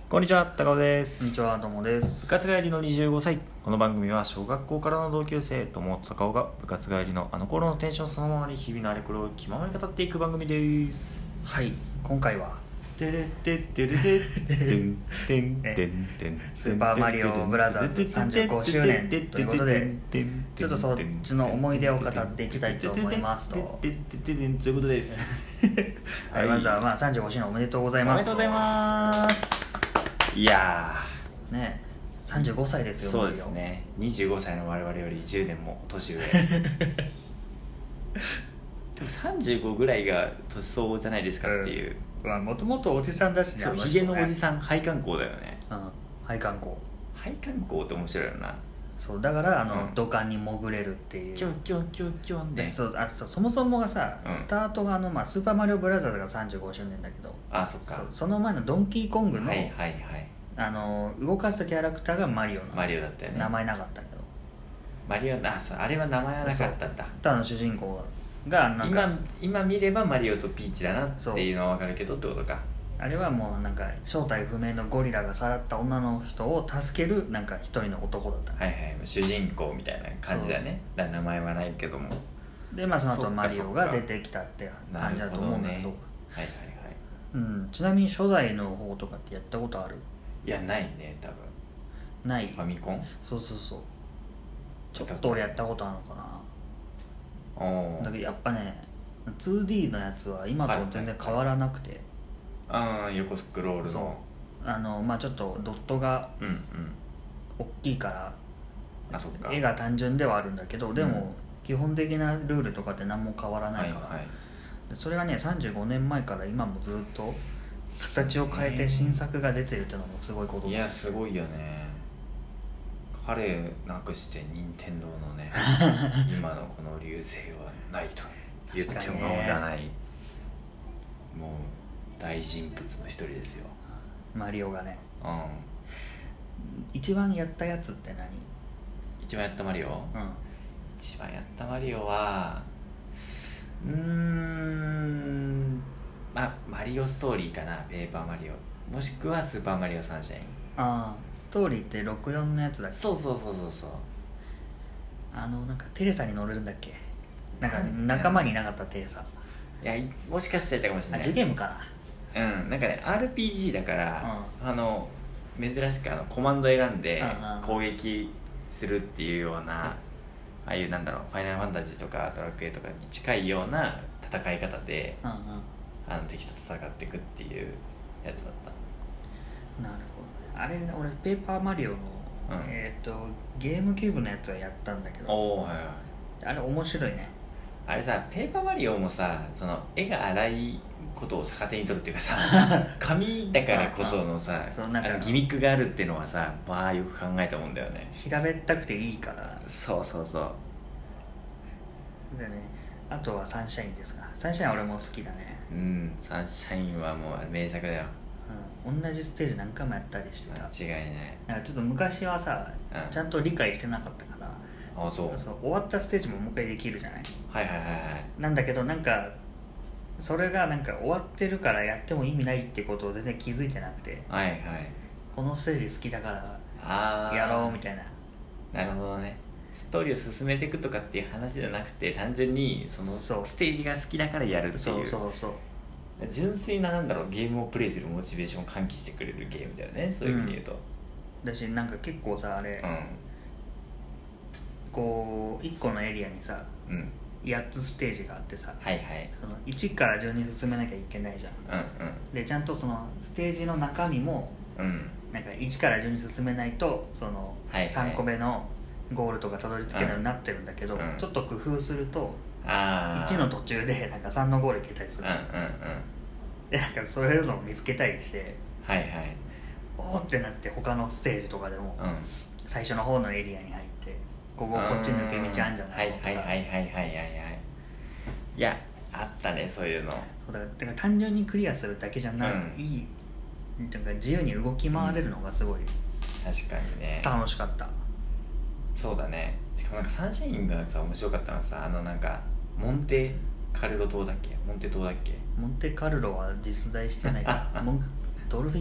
こんにちは、高尾でこんにす。 ちは、どうもで部す。 活帰りの25歳。この番組は小学校からの同級生、友と高尾が部活帰りのあの頃のテンションそのままに日々のあれこれを気ままに語っていく番組です。 はい、今回はてれてってれてってんてんてんてんスーパーマリオブラザーズ35周年ということで、ちょっとそっちの思い出を語っていきたいと思いますと。 ということです。 はい、まずは35周年おめでとうございます。 おめでとうございます。いやーね、35歳ですよ。 そうですね。25歳の我々より10年も年上。でも35ぐらいが年相応じゃないですかっていう。 もともとおじさんだしね。 そう、ヒゲのおじさん、配管工だよね。 配管工。 配管工って面白いよな。 そうだから土管に潜れるっていう。 キョンキョンキョンキョンで。 そもそもがさ、スタートがスーパーマリオブラザーズが35周年だけど、 そっか。 その前のドンキーコングの、 はいはいはい、 動かすキャラクターがマリオのマリオだったよね。名前なかったけど、 マリオあれは名前はなかったんだ。 ただの主人公がなんか今見ればマリオとピーチだなっていうのは分かるけどってことか。 あれはもうなんか正体不明のゴリラがさらった女の人を助けるなんか一人の男だった。 はいはい、主人公みたいな感じだね。だから名前はないけども。 でその後マリオが出てきたって感じだと思うんだけど、 はいはいはい。 ちなみに初代の方とかってやったことある？ いや、ないね、多分。 ない。 ファミコン？ そうちょっとやったことあるのかな。だけどやっぱね 2D のやつは今と全然変わらなくて、 横スクロールの。 そうちょっとドットが大きいから、 そっか。 絵が単純ではあるんだけど、でも基本的なルールとかって何も変わらないから、それがね35年前から今もずっと形を変えて新作が出てるっていうのもすごいことだ。 いや、すごいよね。彼なくして任天堂のね今のこの流星はないと言っても過言ではない、もう大人物の一人ですよ、 マリオがね。一番やったやつって何？ 一番やったマリオ？一番やったマリオはマリオストーリーかな。ペーパーマリオもしくはスーパーマリオサンシャイン。 ストーリーって64のやつだっけ？ そうなんかテレサに乗れるんだっけ？なんか仲間にいなかったテレサ。 いや、もしかしたらいたかもしれない。 ジュゲームかな。なんかね RPG だから、珍しくコマンド選んで攻撃するっていうような、ああいうファイナルファンタジーとかドラクエとかに近いような戦い方で、敵と戦っていくっていうやつだった。 なるほど。あれ俺ペーパーマリオの、ゲームキューブのやつはやったんだけど、あれ面白いね。 あれさ、ペーパーマリオもさ、その絵が荒いことを逆手に取るっていうかさ紙だからこそのさギミックがあるっていうのはさ、よく考えたもんだよね。 平べったくていいから。 そうでね、あとはサンシャインですが、サンシャイン俺も好きだね。 サンシャインはもう名作だよ。 同じステージ何回もやったりしてた。 間違いない。 なんかちょっと昔はさ、ちゃんと理解してなかったから、そう終わったステージももう一回できるじゃない。なんだけどなんかそれがなんか終わってるからやっても意味ないってことを全然気づいてなくて、このステージ好きだからやろうみたいな。 なるほどね。ストーリーを進めていくとかっていう話じゃなくて、単純にそのステージが好きだからやるっていう。純粋なゲームをプレイするモチベーションを喚起してくれるゲームだよね、そういう意味で言うと。 だしなんか結構さ、あれ、こう1個のエリアにさ、8つステージがあってさ、その1から順に進めなきゃいけないじゃん。でちゃんとそのステージの中身も、なんか1から順に進めないとその3個目のゴールとかたどり着けるようになってるんだけど、ちょっと工夫すると1の途中でなんか3のゴール行けたりする。でなんかそういうのを見つけたりして、おーってなって他のステージとかでも、最初の方のエリアに入ってこっち抜け道あんじゃないのとか。 いや、あったね、そういうの。 だから単純にクリアするだけじゃない、いいなんか自由に動き回れるのがすごい、 確かにね、 楽しかった。 そうだね。しかもなんかサンシャインがさ面白かったのはさ、なんかモンテカルロ島だっけ、モンテ島だっけ。 モンテカルロは実在してないからドルフィ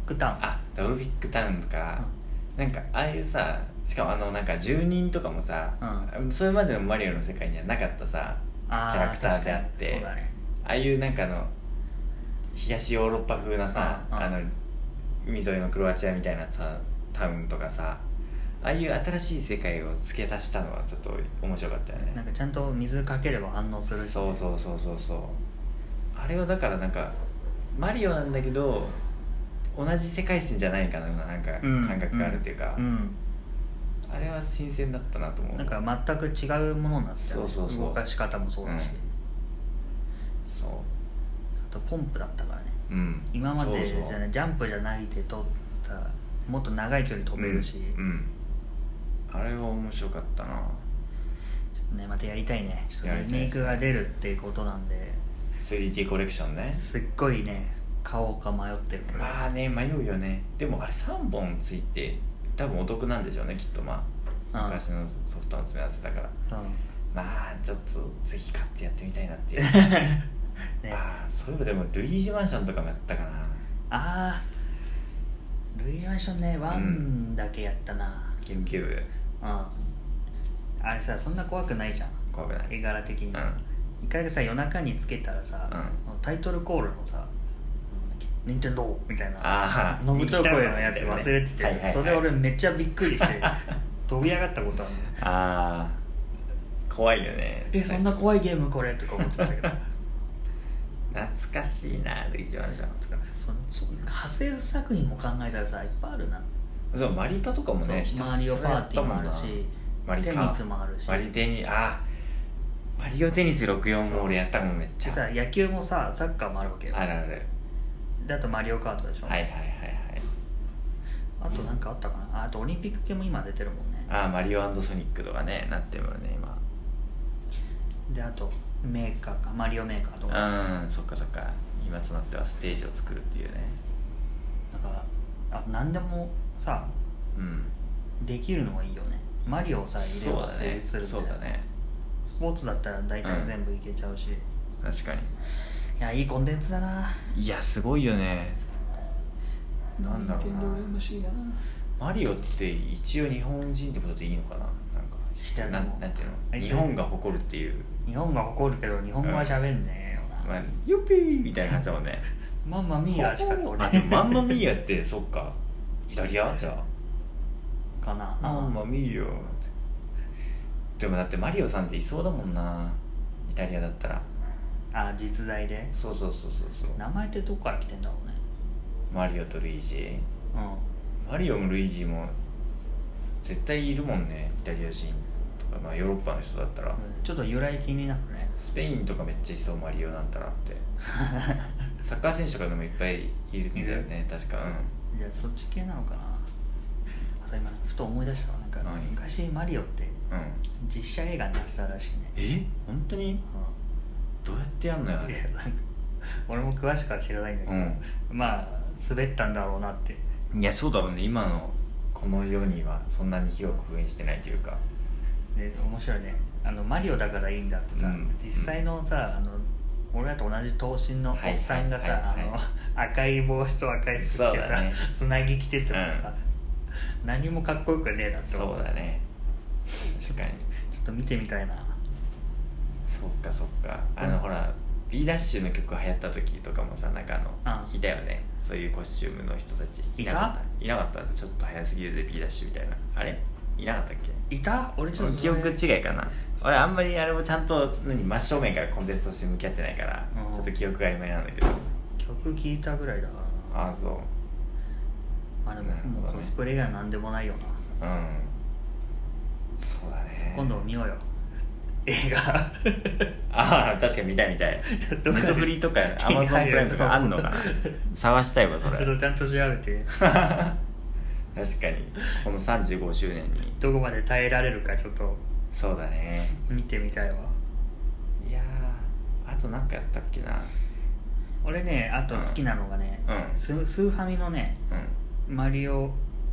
クタウン。 あ、ドルビックタウンとか、なんかああいうさ、しかもなんか住人とかもさ、それまでのマリオの世界にはなかったさキャラクターであって、そうだね、ああいうなんか東ヨーロッパ風なさ、海沿いのクロアチアみたいなさタウンとかさ、ああいう新しい世界を付け足したのはちょっと面白かったよね。 なんかちゃんと水かければ反応するし、ね、 そうあれはだからなんかマリオなんだけど同じ世界線じゃないかな、なんか感覚があるっていうか、あれは新鮮だったなと思う。 なんか全く違うものになってた、ね、そう動かし方もそうだし、そうあとポンプだったからね、今までじゃねジャンプじゃないで取ったらもっと長い距離飛べるし、 あれは面白かったな。ちょっとねまたやりたいね。ちょっとリメイクが出るっていうことなんで 3D コレクションね、 すっごいね買おうか迷ってるけど、 まあね迷うよね。でもあれ3本ついて多分お得なんでしょうねきっと。昔のソフトの詰め合わせだから、まあちょっとぜひ買ってやってみたいなっていうね、そういえばでもルイージマンションとかもやったかな。 ルイージマンションね1だけやったな、 ゲームキューブ。 あれさそんな怖くないじゃん、 怖くない絵柄的に。一回さ夜中につけたらさ、タイトルコールのさ任天堂みたいなのぶとい声のやつ忘れてて、それ俺めっちゃびっくりして飛び上がったことあるね。 怖いよね。 そんな怖いゲームこれとか思ってたけど懐かしいなルイージマンションとか。 派生作品も考えたらさいっぱいあるな。 そうマリパとかもね、 マリオパーティーもあるし、テニスもあるし、マリオテニス64も俺やったもんめっちゃ。 でさ野球もさサッカーもあるわけよ。 あるある。 であとマリオカートでしょ。 はい。 あとなんかあったかな。あとオリンピック系も今出てるもんね。 マリオ&ソニックとかねなってるもんね今で。あとメーカーかマリオメーカーとか。 そっか今となってはステージを作るっていうね。 だから何でもさ、できるのがいいよね。マリオさえ入れれば成立するみたいな。そうだね。スポーツだったら大体全部いけちゃうし、 確かに。 いやいいコンテンツだな。 いやすごいよね。なんだろうな、マリオって一応日本人ってことでいいのかな。なんていうの、日本が誇るっていう。 日本が誇るけど日本語は喋んねえよな。 ヨッピーみたいな感じだもんねマンマミーヤしか通れない。マンマミーヤってそっかイタリアじゃあかな。 マンマミーヤでもだってマリオさんっていそうだもんなイタリアだったら。 実在で。 そう名前ってどこから来てんだろうね。 マリオとルイージ、マリオもルイージも絶対いるもんねイタリア人とか、ヨーロッパの人だったら、 ちょっと由来気になるね。 スペインとかめっちゃいそうマリオなんたらってサッカー選手とかでもいっぱいいるんだよね確か。 じゃあそっち系なのかな。今ふと思い出したわ。なんか昔マリオって実写映画になってたらしいね。 本当に？どうやってやんのよあれ。 俺も詳しくは知らないんだけど、滑ったんだろうなって。 いやそうだろうね。今のこの世にはそんなに広く封印してないというか。 で面白いね。マリオだからいいんだってさ、実際のさ俺らと同じ頭身のおっさんがさ、赤い帽子と赤い服着てさ、つなぎ着ててもさ、何もかっこよくねえなって思う。 そうだね確かに。 ちょっと見てみたいな。 そっかほら B ダッシュの曲流行った時とかもさ、なんかいたよねそういうコスチュームの人たち。いなかったちょっと早すぎるで B ダッシュみたいな。あれいなかったっけ。 いた？俺ちょっと記憶違いかな。俺あんまりあれもちゃんと真正面からコンテンツとして向き合ってないから、ちょっと記憶が曖昧なんだけど。 曲聴いたぐらいだからな。 そう。 でももうコスプレ以外なんでもないよな。 そうだね。 今度見ようよ映画確かに見たいネットフリとかアマゾンプライムとかあんのかな探したいわそれ。 ちょっとちゃんと調べて確かにこの35周年にどこまで耐えられるかちょっと。 そうだね見てみたいわ。 いやあと何かやったっけな。 俺ねあと好きなのがね、スーファミのね、マリオ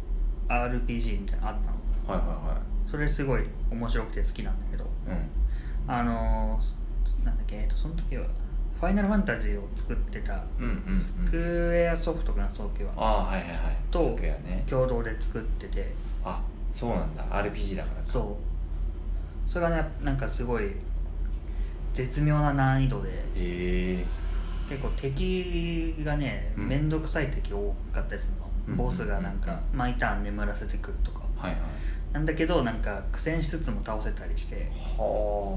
RPG みたいなのあったの。それすごい面白くて好きなんだけど、なんだっけその時はファイナルファンタジーを作ってたスクエアソフトかな、早期ははいはいはいと共同で作ってて、 あ、そうなんだ、 RPG だから。 そうそれがねなんかすごい絶妙な難易度で、結構敵がねめんどくさい敵多かったりするの、ボスがなんか毎ターン眠らせてくるとか、はいはい、なんだけどなんか苦戦しつつも倒せたりして、は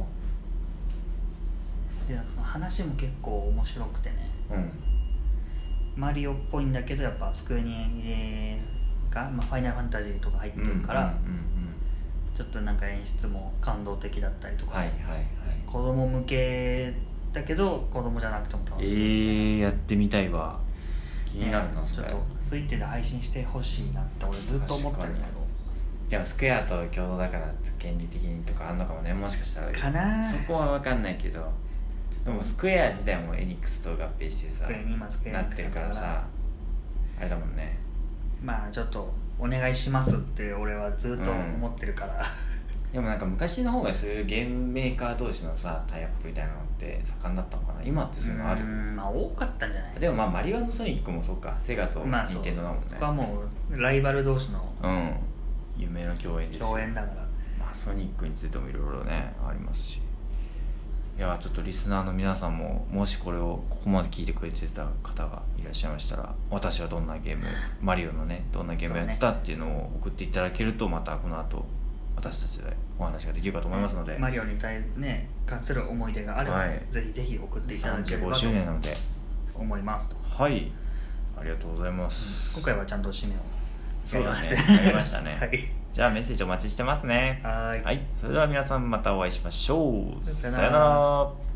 あ、でなんかその話も結構面白くてね、マリオっぽいんだけどやっぱスクエニが、ファイナルファンタジーとか入ってるから、ちょっとなんか演出も感動的だったりとか、子供向けだけど子供じゃなくても楽しい、 やってみたいわ、気になるな、 それちょっとスイッチで配信してほしいなって俺ずっと思ってるんだけど、 でもスクエアと共同だから権利的にとかあんのかもね、もしかしたらかな、 そこは分かんないけど、でもスクエア自体もエニックスと合併してさなってるからさ、あれだもんね。 ちょっとお願いしますって俺はずっと思ってるから、 でもなんか昔の方がそういうゲームメーカー同士のさタイアップみたいなのって盛んだったのかな、今ってそういうのある？ 多かったんじゃない？ でもマリオ&ソニックもそうか、セガとニンテンドーだもんね。 そこはもうライバル同士の夢の共演ですよ。 共演だから、 ソニックについてもいろいろねありますし、いやちょっとリスナーの皆さんももしこれをここまで聞いてくれてた方がいらっしゃいましたら、私はどんなゲームマリオのねどんなゲームやってたっていうのを送っていただけると、またこの後私たちでお話ができるかと思いますので、 マリオに関する思い出があれば、ぜひぜひ送っていただければと 35周年なので思いますと。 はい、ありがとうございます、 今回はちゃんと締めをやりましたね、はい、じゃあメッセージお待ちしてますね。はい、それでは皆さんまたお会いしましょう。さよなら。